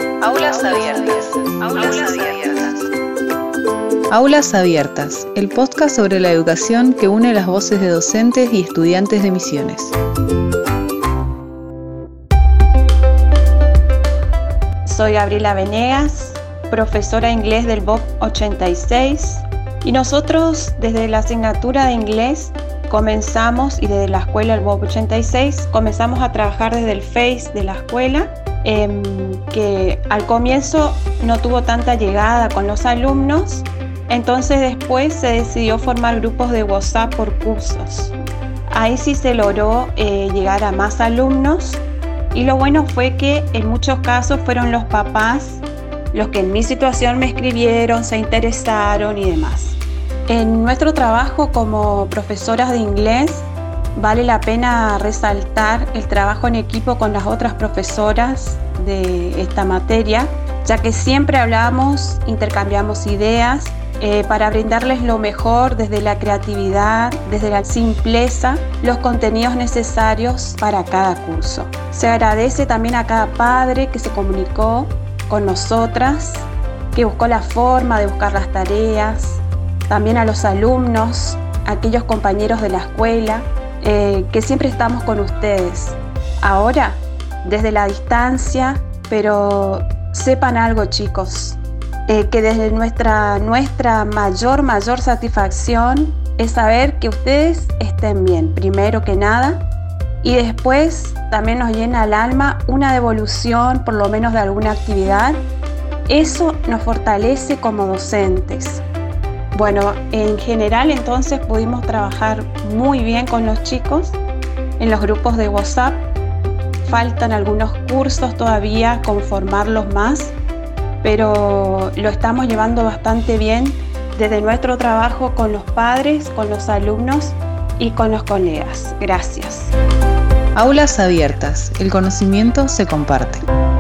Aulas Abiertas. Aulas Abiertas. Aulas Abiertas, el podcast sobre la educación que une las voces de docentes y estudiantes de Misiones. Soy Gabriela Venegas, profesora de inglés del BOP 86, y nosotros desde la asignatura de inglés comenzamos, y desde la escuela del BOP 86, comenzamos a trabajar desde el Face de la escuela, que al comienzo no tuvo tanta llegada con los alumnos, entonces después se decidió formar grupos de WhatsApp por cursos. Ahí sí se logró llegar a más alumnos, y lo bueno fue que en muchos casos fueron los papás los que en mi situación me escribieron, se interesaron y demás. En nuestro trabajo como profesoras de inglés vale la pena resaltar el trabajo en equipo con las otras profesoras de esta materia, ya que siempre hablamos, intercambiamos ideas para brindarles lo mejor desde la creatividad, desde la simpleza, los contenidos necesarios para cada curso. Se agradece también a cada padre que se comunicó con nosotras, que buscó la forma de buscar las tareas, también a los alumnos, a aquellos compañeros de la escuela, que siempre estamos con ustedes. Ahora, desde la distancia, pero sepan algo, chicos, que desde nuestra mayor satisfacción es saber que ustedes estén bien, primero que nada, y después también nos llena el alma una devolución, por lo menos de alguna actividad. Eso nos fortalece como docentes. Bueno, en general entonces pudimos trabajar muy bien con los chicos en los grupos de WhatsApp. Faltan algunos cursos todavía, conformarlos más, pero lo estamos llevando bastante bien desde nuestro trabajo con los padres, con los alumnos y con los colegas. Gracias. Aulas Abiertas, el conocimiento se comparte.